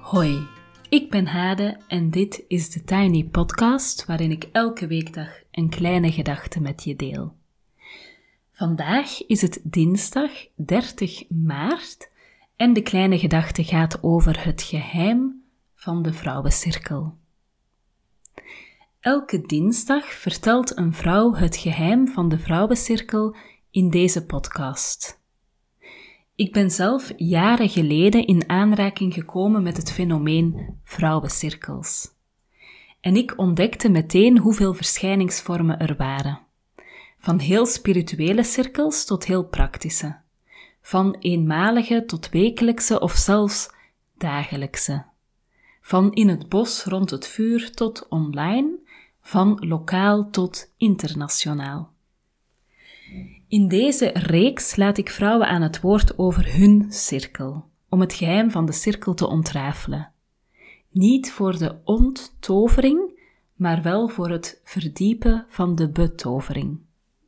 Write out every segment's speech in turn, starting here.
Hoi, ik ben Hade en dit is de Tiny Podcast waarin ik elke weekdag een kleine gedachte met je deel. Vandaag is het dinsdag 30 maart en de kleine gedachte gaat over het geheim van de vrouwencirkel. Elke dinsdag vertelt een vrouw het geheim van de vrouwencirkel in deze podcast. Ik ben zelf jaren geleden in aanraking gekomen met het fenomeen vrouwencirkels. En ik ontdekte meteen hoeveel verschijningsvormen er waren. Van heel spirituele cirkels tot heel praktische. Van eenmalige tot wekelijkse of zelfs dagelijkse. Van in het bos rond het vuur tot online, van lokaal tot internationaal. In deze reeks laat ik vrouwen aan het woord over hun cirkel, om het geheim van de cirkel te ontrafelen. Niet voor de onttovering, maar wel voor het verdiepen van de betovering.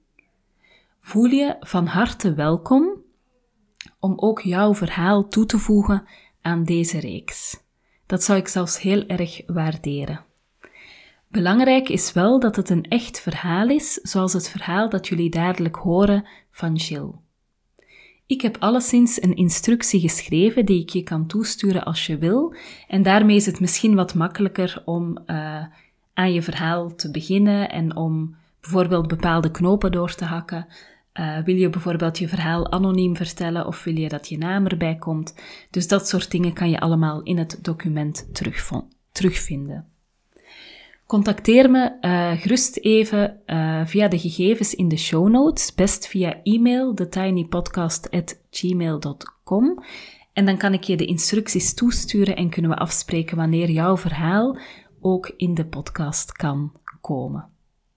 Voel je van harte welkom om ook jouw verhaal toe te voegen aan deze reeks. Dat zou ik zelfs heel erg waarderen. Belangrijk is wel dat het een echt verhaal is, zoals het verhaal dat jullie dadelijk horen van Jill. Ik heb alleszins een instructie geschreven die ik je kan toesturen als je wil, en daarmee is het misschien wat makkelijker om aan je verhaal te beginnen en om bijvoorbeeld bepaalde knopen door te hakken. Wil je bijvoorbeeld je verhaal anoniem vertellen of wil je dat je naam erbij komt? Dus dat soort dingen kan je allemaal in het document terugvinden. Contacteer me gerust even via de gegevens in de show notes, best via e-mail, thetinypodcast@gmail.com. En dan kan ik je de instructies toesturen en kunnen we afspreken wanneer jouw verhaal ook in de podcast kan komen.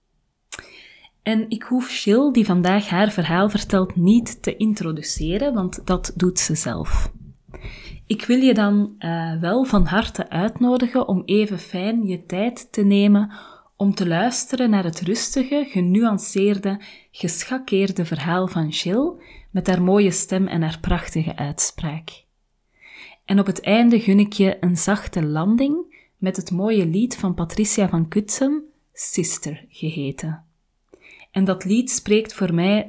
En ik hoef Jill, die vandaag haar verhaal vertelt, niet te introduceren, want dat doet ze zelf. Ik wil je dan wel van harte uitnodigen om even fijn je tijd te nemen om te luisteren naar het rustige, genuanceerde, geschakeerde verhaal van Jill met haar mooie stem en haar prachtige uitspraak. En op het einde gun ik je een zachte landing met het mooie lied van Patricia van Cutsem, Sister geheten. En dat lied spreekt voor mij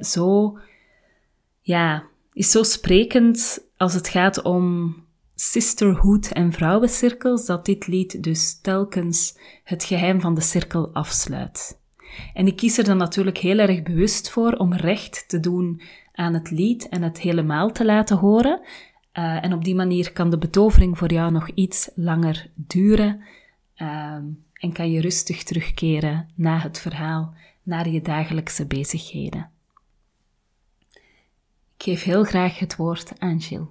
is zo sprekend als het gaat om sisterhood en vrouwencirkels, dat dit lied dus telkens het geheim van de cirkel afsluit. En ik kies er dan natuurlijk heel erg bewust voor om recht te doen aan het lied en het helemaal te laten horen. En op die manier kan de betovering voor jou nog iets langer duren en kan je rustig terugkeren na het verhaal, naar je dagelijkse bezigheden. Ik geef heel graag het woord aan Jill.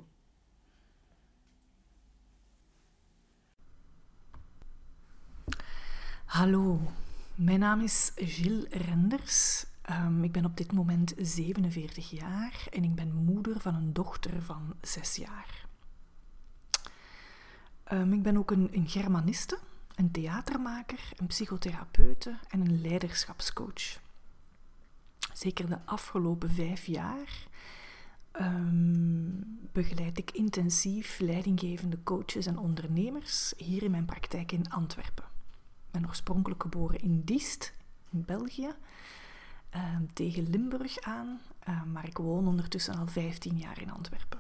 Hallo, mijn naam is Jill Renders. Ik ben op dit moment 47 jaar en ik ben moeder van een dochter van 6 jaar. Ik ben ook een germaniste, een theatermaker, een psychotherapeute en een leiderschapscoach. Zeker de afgelopen 5 jaar begeleid ik intensief leidinggevende coaches en ondernemers hier in mijn praktijk in Antwerpen. Ik ben oorspronkelijk geboren in Diest, in België, tegen Limburg aan, maar ik woon ondertussen al 15 jaar in Antwerpen.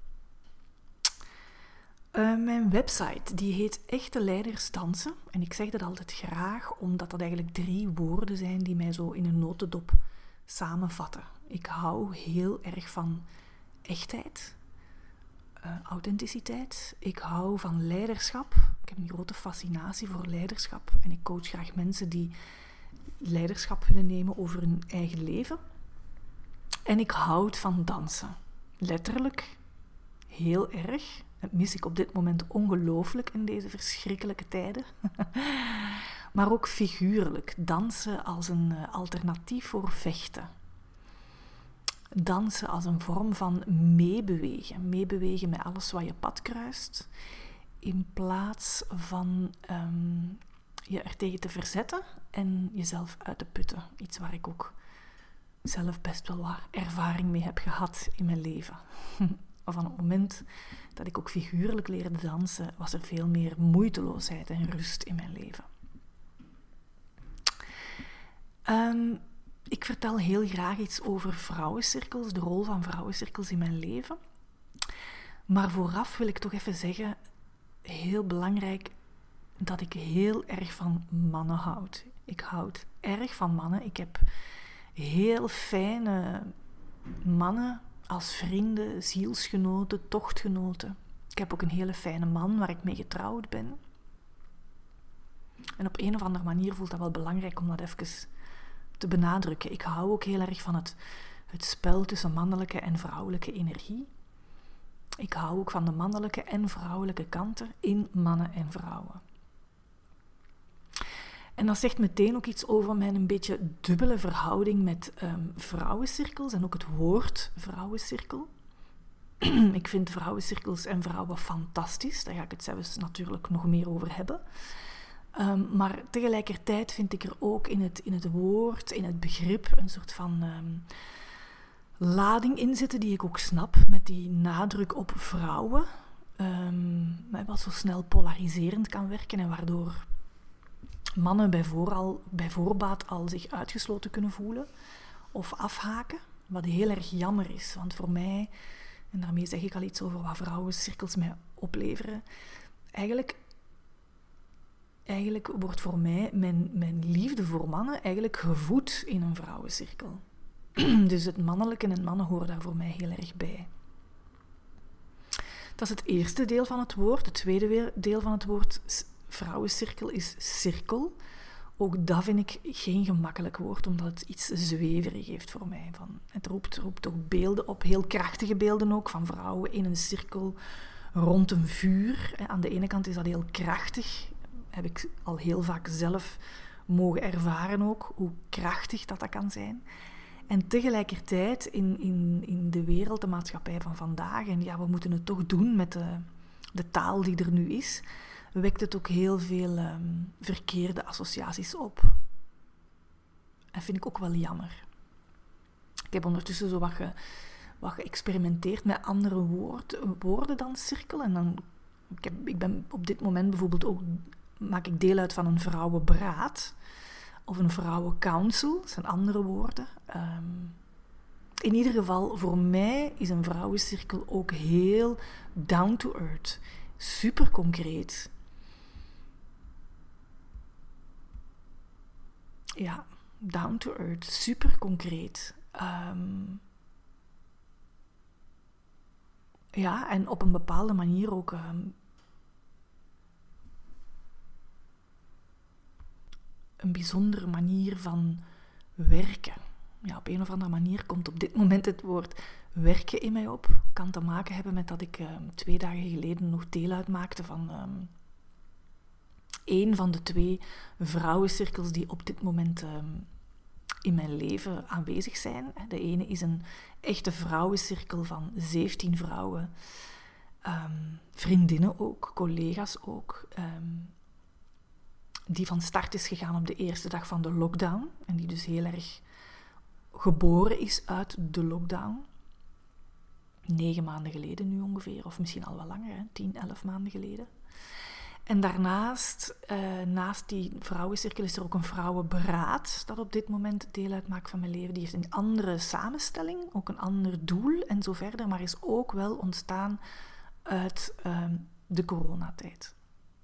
Mijn website die heet Echte Leiders Dansen en ik zeg dat altijd graag omdat dat eigenlijk 3 woorden zijn die mij zo in een notendop samenvatten. Ik hou heel erg van echtheid, authenticiteit. Ik hou van leiderschap. Ik heb een grote fascinatie voor leiderschap en ik coach graag mensen die leiderschap willen nemen over hun eigen leven. En ik houd van dansen. Letterlijk, heel erg. Dat mis ik op dit moment ongelooflijk in deze verschrikkelijke tijden. Maar ook figuurlijk. Dansen als een alternatief voor vechten. Dansen als een vorm van meebewegen. Meebewegen met alles wat je pad kruist. In plaats van je er tegen te verzetten en jezelf uit te putten. Iets waar ik ook zelf best wel wat ervaring mee heb gehad in mijn leven. Maar van het moment dat ik ook figuurlijk leerde dansen, was er veel meer moeiteloosheid en rust in mijn leven. Ik vertel heel graag iets over vrouwencirkels, de rol van vrouwencirkels in mijn leven. Maar vooraf wil ik toch even zeggen, heel belangrijk, dat ik heel erg van mannen houd. Ik houd erg van mannen. Ik heb heel fijne mannen als vrienden, zielsgenoten, tochtgenoten. Ik heb ook een hele fijne man waar ik mee getrouwd ben. En op een of andere manier voelt dat wel belangrijk om dat even te benadrukken. Ik hou ook heel erg van het spel tussen mannelijke en vrouwelijke energie. Ik hou ook van de mannelijke en vrouwelijke kanten in mannen en vrouwen. En dat zegt meteen ook iets over mijn een beetje dubbele verhouding met vrouwencirkels en ook het woord vrouwencirkel. Ik vind vrouwencirkels en vrouwen fantastisch. Daar ga ik het zelfs natuurlijk nog meer over hebben. Maar tegelijkertijd vind ik er ook in het woord, in het begrip, een soort van lading in zitten die ik ook snap, met die nadruk op vrouwen. Wat zo snel polariserend kan werken en waardoor mannen bij voorbaat al zich uitgesloten kunnen voelen of afhaken. Wat heel erg jammer is, want voor mij, en daarmee zeg ik al iets over wat vrouwencirkels mij opleveren, eigenlijk wordt voor mij mijn liefde voor mannen eigenlijk gevoed in een vrouwencirkel. Dus het mannelijke en mannen horen daar voor mij heel erg bij. Dat is het eerste deel van het woord. Het tweede deel van het woord vrouwencirkel is cirkel. Ook dat vind ik geen gemakkelijk woord, omdat het iets zweverig heeft voor mij. Het roept toch beelden op, heel krachtige beelden ook, van vrouwen in een cirkel rond een vuur. Aan de ene kant is dat heel krachtig. Heb ik al heel vaak zelf mogen ervaren ook, hoe krachtig dat kan zijn. En tegelijkertijd in de wereld, de maatschappij van vandaag, en ja, we moeten het toch doen met de taal die er nu is, wekt het ook heel veel verkeerde associaties op. En vind ik ook wel jammer. Ik heb ondertussen zo wat geëxperimenteerd met andere woorden dan cirkel. En dan, ik ben op dit moment bijvoorbeeld ook, maak ik deel uit van een vrouwenberaad of een vrouwencouncil. Dat zijn andere woorden. In ieder geval, voor mij is een vrouwencirkel ook heel down to earth. Super concreet. Ja, down to earth. Super concreet. Ja, en op een bepaalde manier ook een bijzondere manier van werken. Ja, op een of andere manier komt op dit moment het woord werken in mij op. Kan te maken hebben met dat ik 2 dagen geleden nog deel uitmaakte van één van de 2 vrouwencirkels die op dit moment in mijn leven aanwezig zijn. De ene is een echte vrouwencirkel van 17 vrouwen. Vriendinnen ook, collega's ook. Die van start is gegaan op de eerste dag van de lockdown. En die dus heel erg geboren is uit de lockdown. 9 maanden geleden nu ongeveer, of misschien al wel langer, 10, 11 maanden geleden. En daarnaast, naast die vrouwencirkel, is er ook een vrouwenberaad dat op dit moment deel uitmaakt van mijn leven. Die heeft een andere samenstelling, ook een ander doel en zo verder, maar is ook wel ontstaan uit de coronatijd.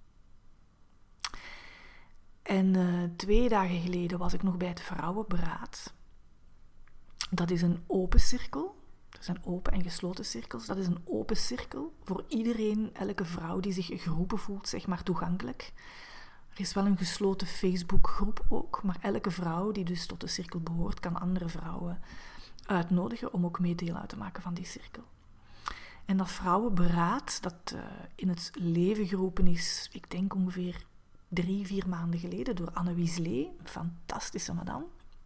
En 2 dagen geleden was ik nog bij het vrouwenberaad. Dat is een open cirkel. Er zijn open en gesloten cirkels. Dat is een open cirkel voor iedereen, elke vrouw die zich geroepen voelt, zeg maar toegankelijk. Er is wel een gesloten Facebookgroep ook, maar elke vrouw die dus tot de cirkel behoort, kan andere vrouwen uitnodigen om ook mee deel uit te maken van die cirkel. En dat vrouwenberaad, dat in het leven geroepen is, ik denk ongeveer 3-4 maanden geleden, door Anne Wieslee, een fantastische madame,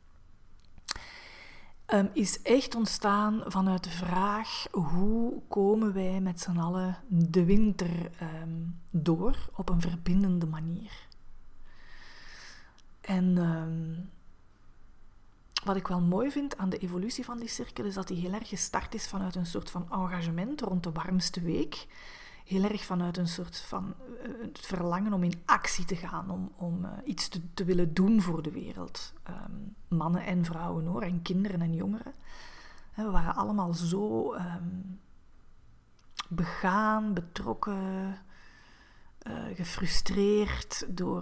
is echt ontstaan vanuit de vraag: hoe komen wij met z'n allen de winter door op een verbindende manier? En wat ik wel mooi vind aan de evolutie van die cirkel is dat die heel erg gestart is vanuit een soort van engagement rond de warmste week. Heel erg vanuit een soort van het verlangen om in actie te gaan, om iets te willen doen voor de wereld. Mannen en vrouwen hoor, en kinderen en jongeren. We waren allemaal zo begaan, betrokken, gefrustreerd door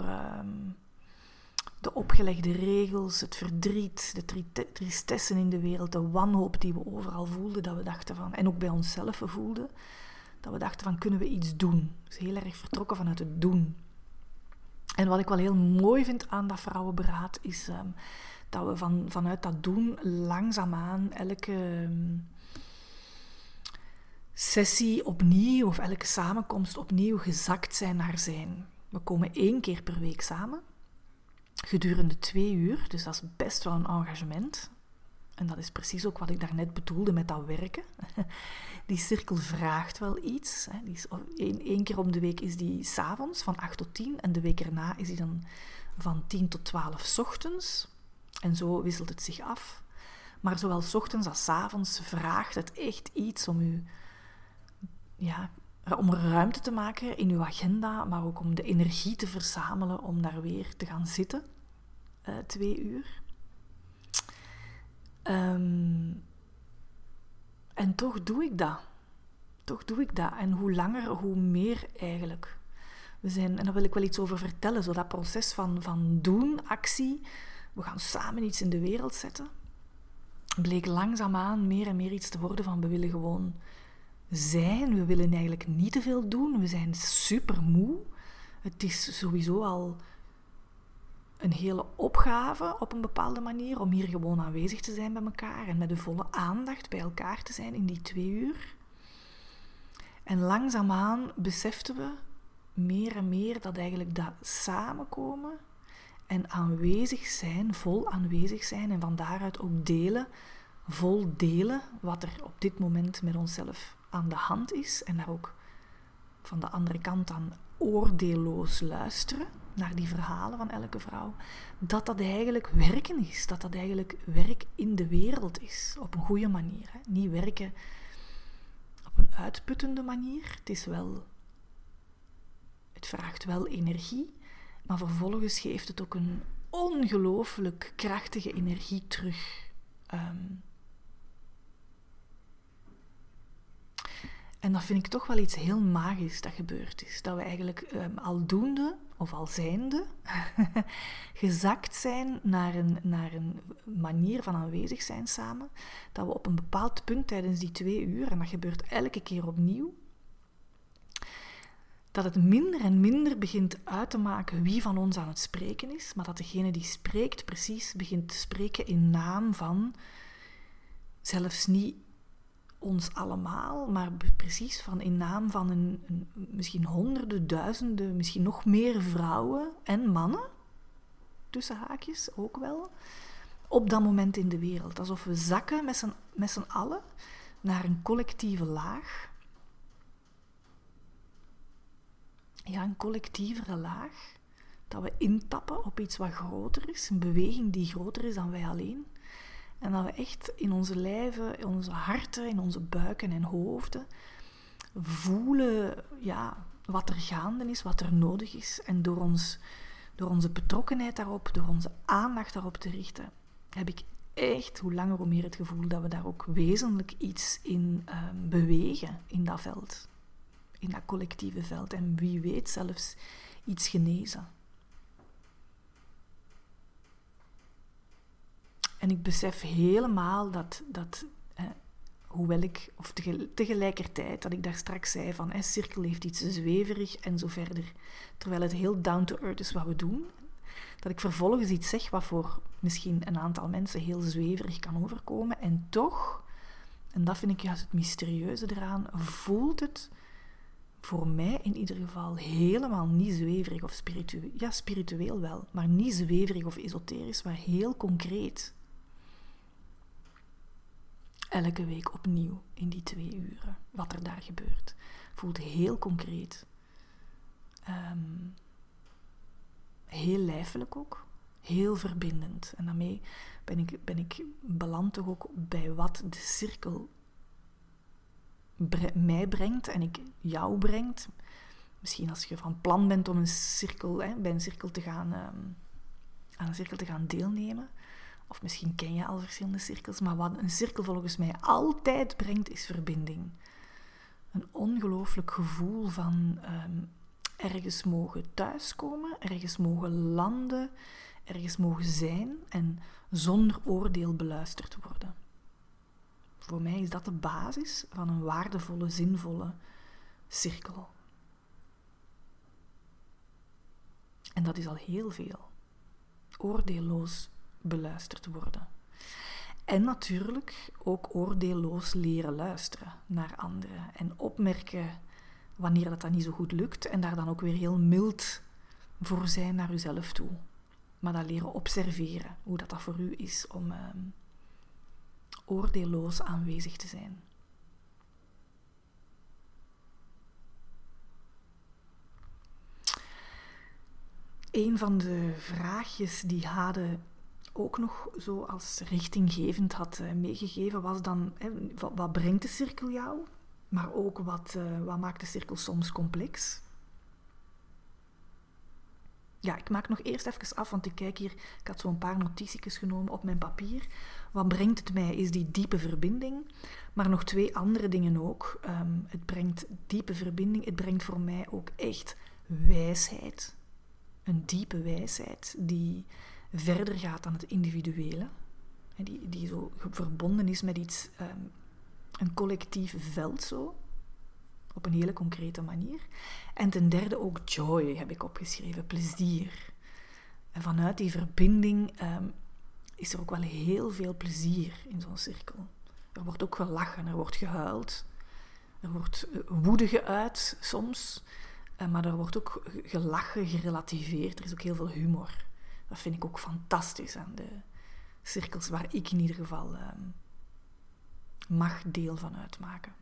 de opgelegde regels, het verdriet, de tristessen in de wereld, de wanhoop die we overal voelden, dat we dachten van, en ook bij onszelf voelden, dat we dachten van, kunnen we iets doen? Dus heel erg vertrokken vanuit het doen. En wat ik wel heel mooi vind aan dat vrouwenberaad, is dat we vanuit dat doen langzaamaan elke sessie opnieuw, of elke samenkomst opnieuw gezakt zijn naar zijn. We komen 1 keer per week samen, gedurende 2 uur, dus dat is best wel een engagement. En dat is precies ook wat ik daarnet bedoelde met dat werken. Die cirkel vraagt wel iets. Hè. Die is 1 keer om de week is die 's avonds van 8 tot 10. En de week erna is die dan van 10 tot 12 's ochtends. En zo wisselt het zich af. Maar zowel 's ochtends als 's avonds vraagt het echt iets om u, om ruimte te maken in uw agenda, maar ook om de energie te verzamelen om daar weer te gaan zitten. 2 uur. En toch doe ik dat. En hoe langer, hoe meer eigenlijk. En daar wil ik wel iets over vertellen. Zo dat proces van doen, actie. We gaan samen iets in de wereld zetten. Bleek langzaamaan meer en meer iets te worden van we willen gewoon zijn. We willen eigenlijk niet te veel doen. We zijn super moe. Het is sowieso al een hele opgave op een bepaalde manier om hier gewoon aanwezig te zijn bij elkaar en met de volle aandacht bij elkaar te zijn in die 2 uur. En langzaamaan beseften we meer en meer dat eigenlijk dat samenkomen en aanwezig zijn, vol aanwezig zijn en van daaruit ook delen, vol delen wat er op dit moment met onszelf aan de hand is en daar ook van de andere kant aan oordeelloos luisteren naar die verhalen van elke vrouw, dat eigenlijk werken is, dat eigenlijk werk in de wereld is, op een goede manier. Hè. Niet werken op een uitputtende manier, het vraagt wel energie, maar vervolgens geeft het ook een ongelooflijk krachtige energie terug. En dat vind ik toch wel iets heel magisch dat gebeurd is. Dat we eigenlijk aldoende, of al zijnde, gezakt zijn naar een manier van aanwezig zijn samen. Dat we op een bepaald punt tijdens die 2 uur, en dat gebeurt elke keer opnieuw, dat het minder en minder begint uit te maken wie van ons aan het spreken is, maar dat degene die spreekt precies begint te spreken in naam van, zelfs niet ons allemaal, maar precies in naam van misschien honderden, duizenden, misschien nog meer vrouwen en mannen, tussen haakjes ook wel, op dat moment in de wereld. Alsof we zakken met z'n allen naar een collectieve laag. Ja, een collectievere laag. Dat we intappen op iets wat groter is, een beweging die groter is dan wij alleen. En dat we echt in onze lijven, in onze harten, in onze buiken en hoofden voelen wat er gaande is, wat er nodig is. En door onze betrokkenheid daarop, door onze aandacht daarop te richten, heb ik echt hoe langer hoe meer het gevoel dat we daar ook wezenlijk iets in bewegen in dat veld. In dat collectieve veld. En wie weet zelfs iets genezen. En ik besef helemaal dat hoewel ik, of tegelijkertijd, dat ik daar straks zei van, cirkel heeft iets zweverig en zo verder, terwijl het heel down to earth is wat we doen, dat ik vervolgens iets zeg wat voor misschien een aantal mensen heel zweverig kan overkomen, en toch, en dat vind ik juist het mysterieuze eraan, voelt het voor mij in ieder geval helemaal niet zweverig of spiritueel. Ja, spiritueel wel, maar niet zweverig of esoterisch, maar heel concreet. Elke week opnieuw in die 2 uren, wat er daar gebeurt. Voelt heel concreet. Heel lijfelijk ook. Heel verbindend. En daarmee ben ik beland toch ook bij wat de cirkel mij brengt en ik jou brengt. Misschien als je van plan bent om bij een cirkel te gaan, aan een cirkel te gaan deelnemen. Of misschien ken je al verschillende cirkels. Maar wat een cirkel volgens mij altijd brengt, is verbinding. Een ongelooflijk gevoel van ergens mogen thuiskomen, ergens mogen landen, ergens mogen zijn en zonder oordeel beluisterd worden. Voor mij is dat de basis van een waardevolle, zinvolle cirkel. En dat is al heel veel. Oordeelloos beluisterd worden. En natuurlijk ook oordeelloos leren luisteren naar anderen. En opmerken wanneer dat niet zo goed lukt. En daar dan ook weer heel mild voor zijn naar uzelf toe. Maar dat leren observeren. Hoe dat voor u is om oordeelloos aanwezig te zijn. Een van de vraagjes die Hade ook nog zo als richtinggevend had meegegeven was dan, wat brengt de cirkel jou? Maar ook wat maakt de cirkel soms complex? Ja, ik maak nog eerst even af, want ik kijk hier, ik had zo'n paar notitietjes genomen op mijn papier. Wat brengt het mij is die diepe verbinding, maar nog 2 andere dingen ook. Het brengt diepe verbinding, het brengt voor mij ook echt wijsheid. Een diepe wijsheid die verder gaat dan het individuele. Die zo verbonden is met iets, een collectief veld zo. Op een hele concrete manier. En ten derde ook joy heb ik opgeschreven, plezier. En vanuit die verbinding is er ook wel heel veel plezier in zo'n cirkel. Er wordt ook gelachen, er wordt gehuild. Er wordt woede geuit soms. Maar er wordt ook gelachen, gerelativeerd. Er is ook heel veel humor. Dat vind ik ook fantastisch aan de cirkels waar ik in ieder geval mag deel van uitmaken.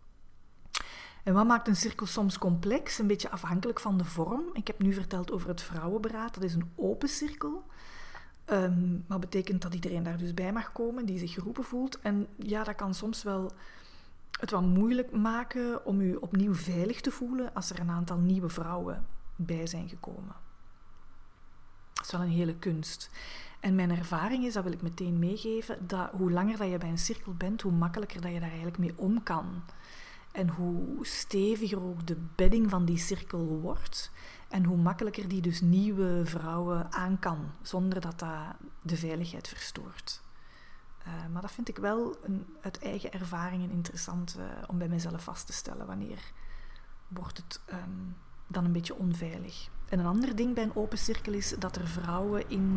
En wat maakt een cirkel soms complex? Een beetje afhankelijk van de vorm. Ik heb nu verteld over het vrouwenberaad. Dat is een open cirkel. Wat betekent dat iedereen daar dus bij mag komen, die zich geroepen voelt. En ja, dat kan soms wel het wat moeilijk maken om u opnieuw veilig te voelen als er een aantal nieuwe vrouwen bij zijn gekomen. Dat is wel een hele kunst. En mijn ervaring is, dat wil ik meteen meegeven, dat hoe langer dat je bij een cirkel bent, hoe makkelijker dat je daar eigenlijk mee om kan. En hoe steviger ook de bedding van die cirkel wordt. En hoe makkelijker die dus nieuwe vrouwen aan kan, zonder dat dat de veiligheid verstoort. Maar dat vind ik wel uit eigen ervaringen interessant om bij mezelf vast te stellen. Wanneer wordt het dan een beetje onveilig? En een ander ding bij een open cirkel is dat er vrouwen in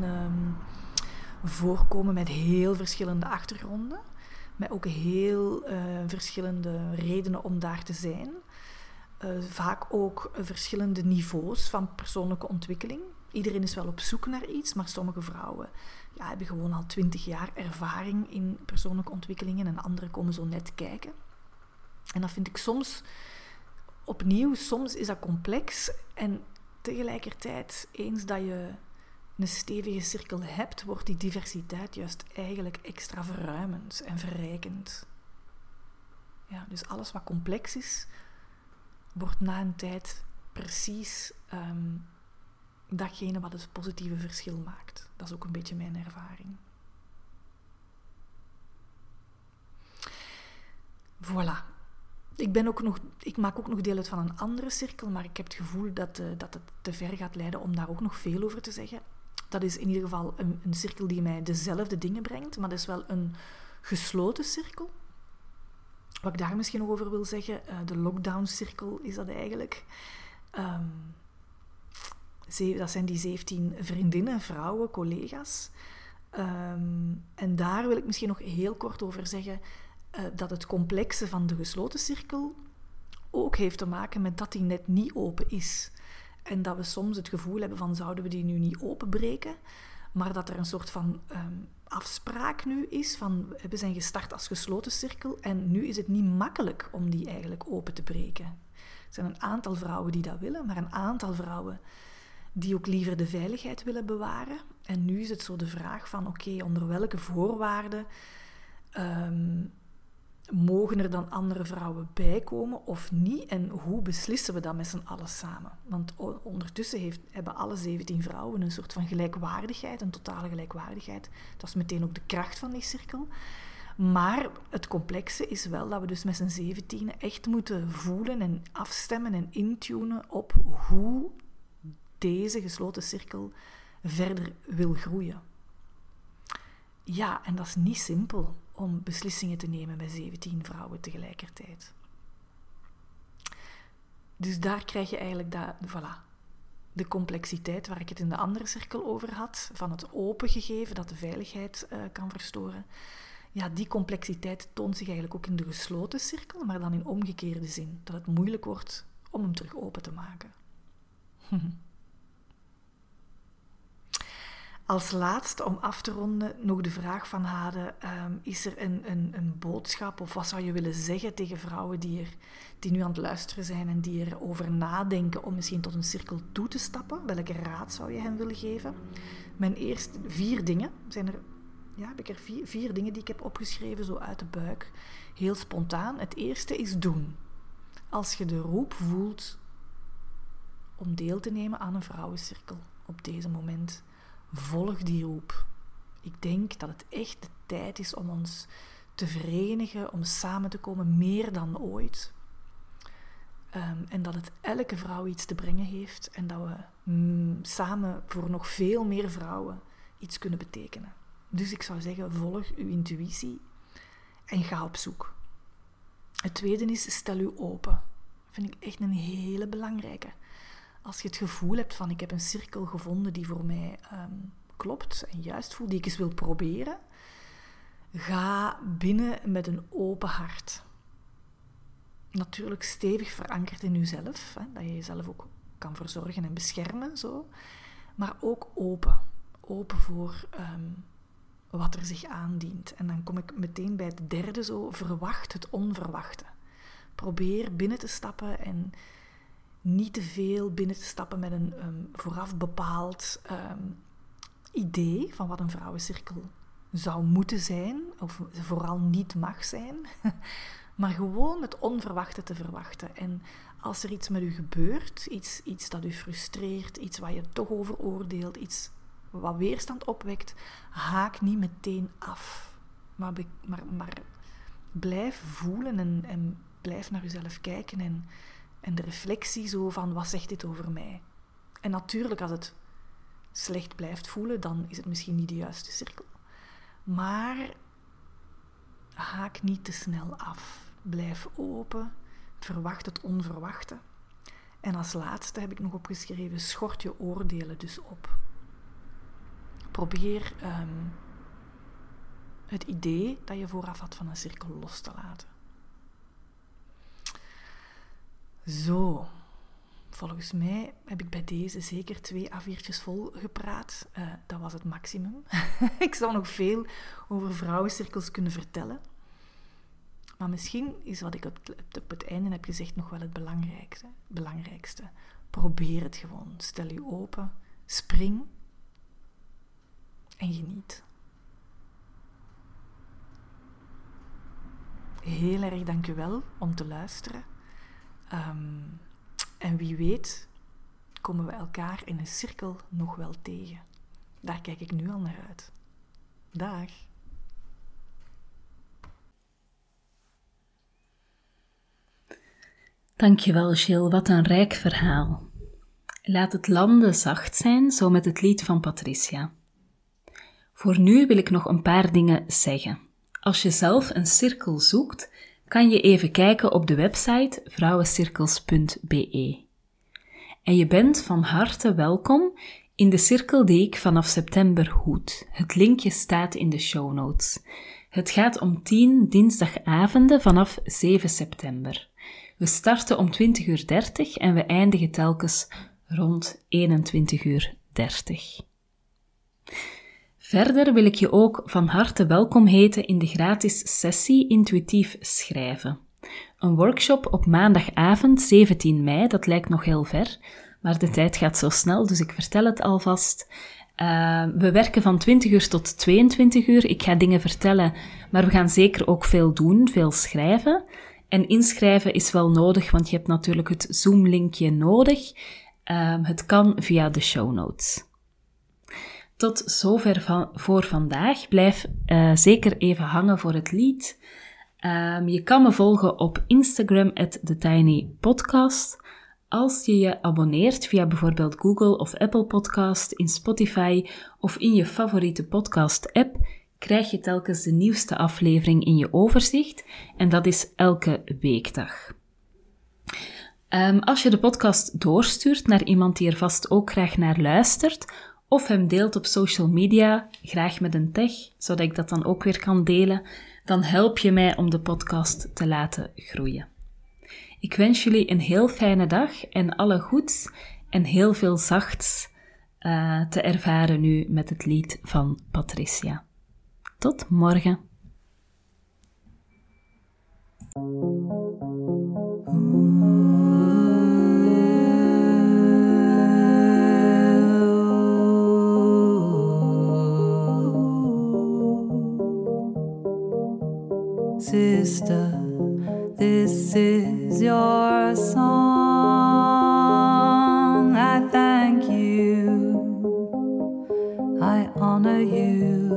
voorkomen met heel verschillende achtergronden. Met ook heel verschillende redenen om daar te zijn. Vaak ook verschillende niveaus van persoonlijke ontwikkeling. Iedereen is wel op zoek naar iets, maar sommige vrouwen hebben gewoon al 20 jaar ervaring in persoonlijke ontwikkelingen en anderen komen zo net kijken. En dat vind ik soms is dat complex en tegelijkertijd, eens dat je een stevige cirkel hebt, wordt die diversiteit juist eigenlijk extra verruimend en verrijkend. Ja, dus alles wat complex is, wordt na een tijd precies datgene wat het positieve verschil maakt. Dat is ook een beetje mijn ervaring. Voilà. Ik maak ook nog deel uit van een andere cirkel, maar ik heb het gevoel dat het te ver gaat leiden om daar ook nog veel over te zeggen. Dat is in ieder geval een cirkel die mij dezelfde dingen brengt, maar dat is wel een gesloten cirkel. Wat ik daar misschien nog over wil zeggen, de lockdown-cirkel is dat eigenlijk. Dat zijn die 17 vriendinnen, vrouwen, collega's. En daar wil ik misschien nog heel kort over zeggen dat het complexe van de gesloten cirkel ook heeft te maken met dat die net niet open is. En dat we soms het gevoel hebben van, zouden we die nu niet openbreken? Maar dat er een soort van afspraak nu is van, we zijn gestart als gesloten cirkel en nu is het niet makkelijk om die eigenlijk open te breken. Er zijn een aantal vrouwen die dat willen, maar een aantal vrouwen die ook liever de veiligheid willen bewaren En nu is het zo de vraag van, oké, onder welke voorwaarden mogen er dan andere vrouwen bijkomen of niet? En hoe beslissen we dat met z'n allen samen? Want ondertussen hebben alle 17 vrouwen een soort van gelijkwaardigheid, een totale gelijkwaardigheid. Dat is meteen ook de kracht van die cirkel. Maar het complexe is wel dat we dus met z'n 17 echt moeten voelen en afstemmen en intunen op hoe deze gesloten cirkel verder wil groeien. Ja, en dat is niet simpel om beslissingen te nemen met 17 vrouwen tegelijkertijd. Dus daar krijg je eigenlijk de complexiteit waar ik het in de andere cirkel over had, van het open gegeven dat de veiligheid kan verstoren. Ja, die complexiteit toont zich eigenlijk ook in de gesloten cirkel, maar dan in omgekeerde zin. Dat het moeilijk wordt om hem terug open te maken. Als laatste, om af te ronden, nog de vraag van Hade. Is er een boodschap of wat zou je willen zeggen tegen vrouwen die nu aan het luisteren zijn en die erover nadenken om misschien tot een cirkel toe te stappen? Welke raad zou je hen willen geven? Mijn eerste 4 dingen heb ik er 4 dingen die ik heb opgeschreven, zo uit de buik. Heel spontaan. Het eerste is doen. Als je de roep voelt om deel te nemen aan een vrouwencirkel op deze moment, volg die roep. Ik denk dat het echt de tijd is om ons te verenigen, om samen te komen, meer dan ooit. En dat het elke vrouw iets te brengen heeft en dat we samen voor nog veel meer vrouwen iets kunnen betekenen. Dus ik zou zeggen, volg uw intuïtie en ga op zoek. Het tweede is, stel u open. Dat vind ik echt een hele belangrijke. Als je het gevoel hebt van, ik heb een cirkel gevonden die voor mij klopt en juist voelt, die ik eens wil proberen, ga binnen met een open hart. Natuurlijk stevig verankerd in jezelf, dat je jezelf ook kan verzorgen en beschermen, zo. Maar ook open. Open voor wat er zich aandient. En dan kom ik meteen bij het derde zo, verwacht het onverwachte. Probeer binnen te stappen en niet te veel binnen te stappen met een vooraf bepaald idee van wat een vrouwencirkel zou moeten zijn, of vooral niet mag zijn, maar gewoon het onverwachte te verwachten. En als er iets met u gebeurt, iets dat u frustreert, iets waar je toch over oordeelt, iets wat weerstand opwekt, haak niet meteen af. Maar blijf voelen en blijf naar uzelf kijken en de reflectie zo van, wat zegt dit over mij? En natuurlijk, als het slecht blijft voelen, dan is het misschien niet de juiste cirkel. Maar haak niet te snel af. Blijf open, verwacht het onverwachte. En als laatste heb ik nog opgeschreven, schort je oordelen dus op. Probeer het idee dat je vooraf had van een cirkel los te laten. Zo, volgens mij heb ik bij deze zeker 2 A4'tjes vol gepraat. Dat was het maximum. Ik zou nog veel over vrouwencirkels kunnen vertellen. Maar misschien is wat ik op het einde heb gezegd nog wel het belangrijkste. Probeer het gewoon. Stel je open, spring en geniet. Heel erg dank u wel om te luisteren. En wie weet komen we elkaar in een cirkel nog wel tegen. Daar kijk ik nu al naar uit. Dag. Dankjewel, Jill. Wat een rijk verhaal. Laat het landen zacht zijn, zo met het lied van Patricia. Voor nu wil ik nog een paar dingen zeggen. Als je zelf een cirkel zoekt, kan je even kijken op de website vrouwencirkels.be. En je bent van harte welkom in de cirkel die ik vanaf september hoed. Het linkje staat in de show notes. Het gaat om 10 dinsdagavonden vanaf 7 september. We starten om 20:30 en we eindigen telkens rond 21:30. Verder wil ik je ook van harte welkom heten in de gratis sessie Intuïtief Schrijven. Een workshop op maandagavond 17 mei, dat lijkt nog heel ver, maar de tijd gaat zo snel, dus ik vertel het alvast. We werken van 20 uur tot 22 uur. Ik ga dingen vertellen, maar we gaan zeker ook veel doen, veel schrijven. En inschrijven is wel nodig, want je hebt natuurlijk het Zoom-linkje nodig. Het kan via de show notes. Tot zover voor vandaag. Blijf zeker even hangen voor het lied. Je kan me volgen op Instagram @TheTinyPodcast. Als je je abonneert via bijvoorbeeld Google of Apple Podcast, in Spotify of in je favoriete podcast-app, krijg je telkens de nieuwste aflevering in je overzicht en dat is elke weekdag. Als je de podcast doorstuurt naar iemand die er vast ook graag naar luistert, of hem deelt op social media, graag met een tag, zodat ik dat dan ook weer kan delen, dan help je mij om de podcast te laten groeien. Ik wens jullie een heel fijne dag en alle goeds en heel veel zachts te ervaren nu met het lied van Patricia. Tot morgen. Sister, this is your song. I thank you, I honor you.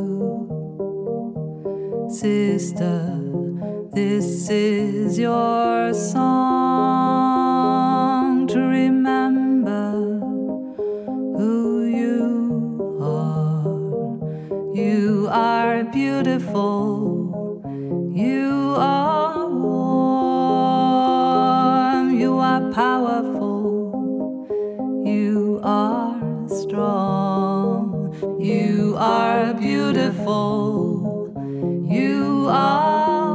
Sister, this is your song to remember who you are. You are beautiful. You are warm, you are powerful, you are strong, you are beautiful, you are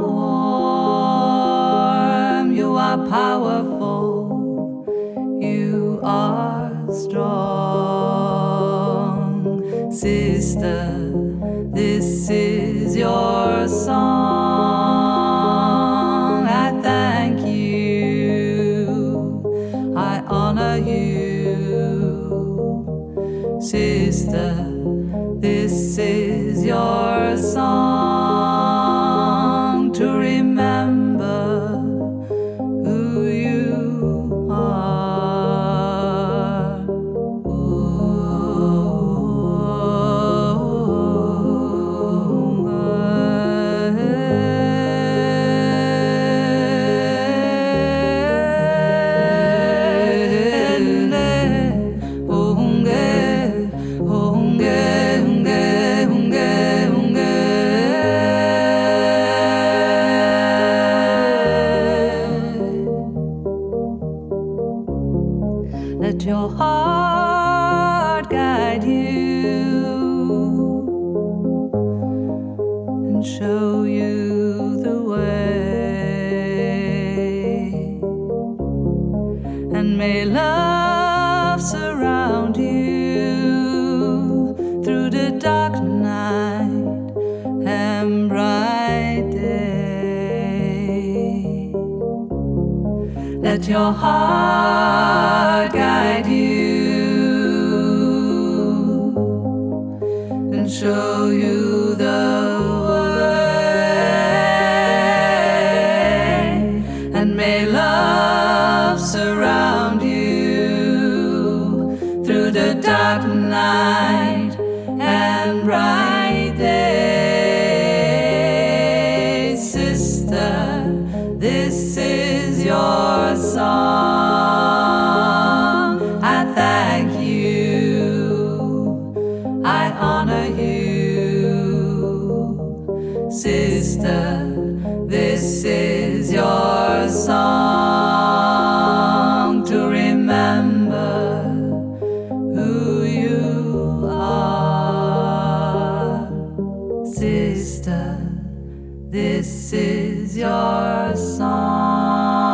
warm, you are powerful, you are strong. Sister, this is your song. Sister, this is your song to remember who you are. Let your heart guide you and show you the way, and may love surround you through the dark night and bright day. Let your heart guide you and show you the way, and may love surround you through the dark night and bright day. Sister, this is your song. I thank you, I honor you. Sister, this is your song to remember who you are. Sister, this is your song. I thank you, I honor you. Sister, this is your song to remember who you are. Sister, this is your song. This is your song.